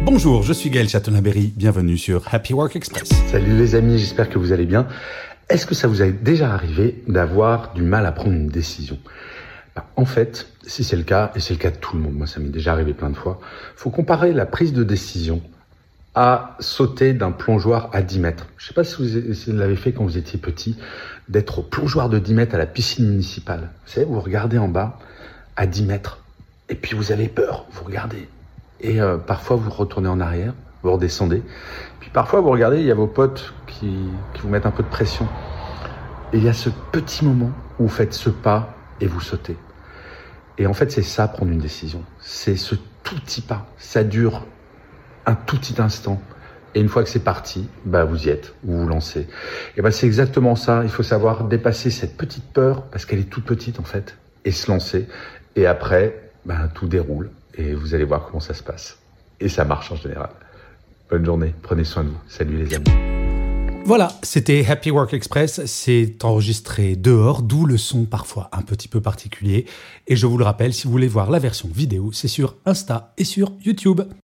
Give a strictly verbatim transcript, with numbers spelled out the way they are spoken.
Bonjour, je suis Gaël Chatonaberry, bienvenue sur Happy Work Express. Salut les amis, j'espère que vous allez bien. Est-ce que ça vous est déjà arrivé d'avoir du mal à prendre une décision ? Ben, en fait, si c'est le cas, et c'est le cas de tout le monde, moi ça m'est déjà arrivé plein de fois, il faut comparer la prise de décision à sauter d'un plongeoir à dix mètres. Je ne sais pas si vous, si vous l'avez fait quand vous étiez petit, d'être au plongeoir de dix mètres à la piscine municipale. Vous savez, vous regardez en bas à dix mètres, et puis vous avez peur, vous regardez. Et euh, parfois vous retournez en arrière, vous redescendez. Puis parfois vous regardez, il y a vos potes qui, qui vous mettent un peu de pression. Et il y a ce petit moment où vous faites ce pas et vous sautez. Et en fait c'est ça, prendre une décision. C'est ce tout petit pas. Ça dure un tout petit instant. Et une fois que c'est parti, bah vous y êtes, vous vous lancez. Et bah c'est exactement ça. Il faut savoir dépasser cette petite peur, parce qu'elle est toute petite en fait, et se lancer. Et après, bah, tout déroule. Et vous allez voir comment ça se passe. Et ça marche en général. Bonne journée, prenez soin de vous. Salut les amis. Voilà, c'était Happy Work Express, c'est enregistré dehors, d'où le son parfois un petit peu particulier. Et je vous le rappelle, si vous voulez voir la version vidéo, c'est sur Insta et sur YouTube.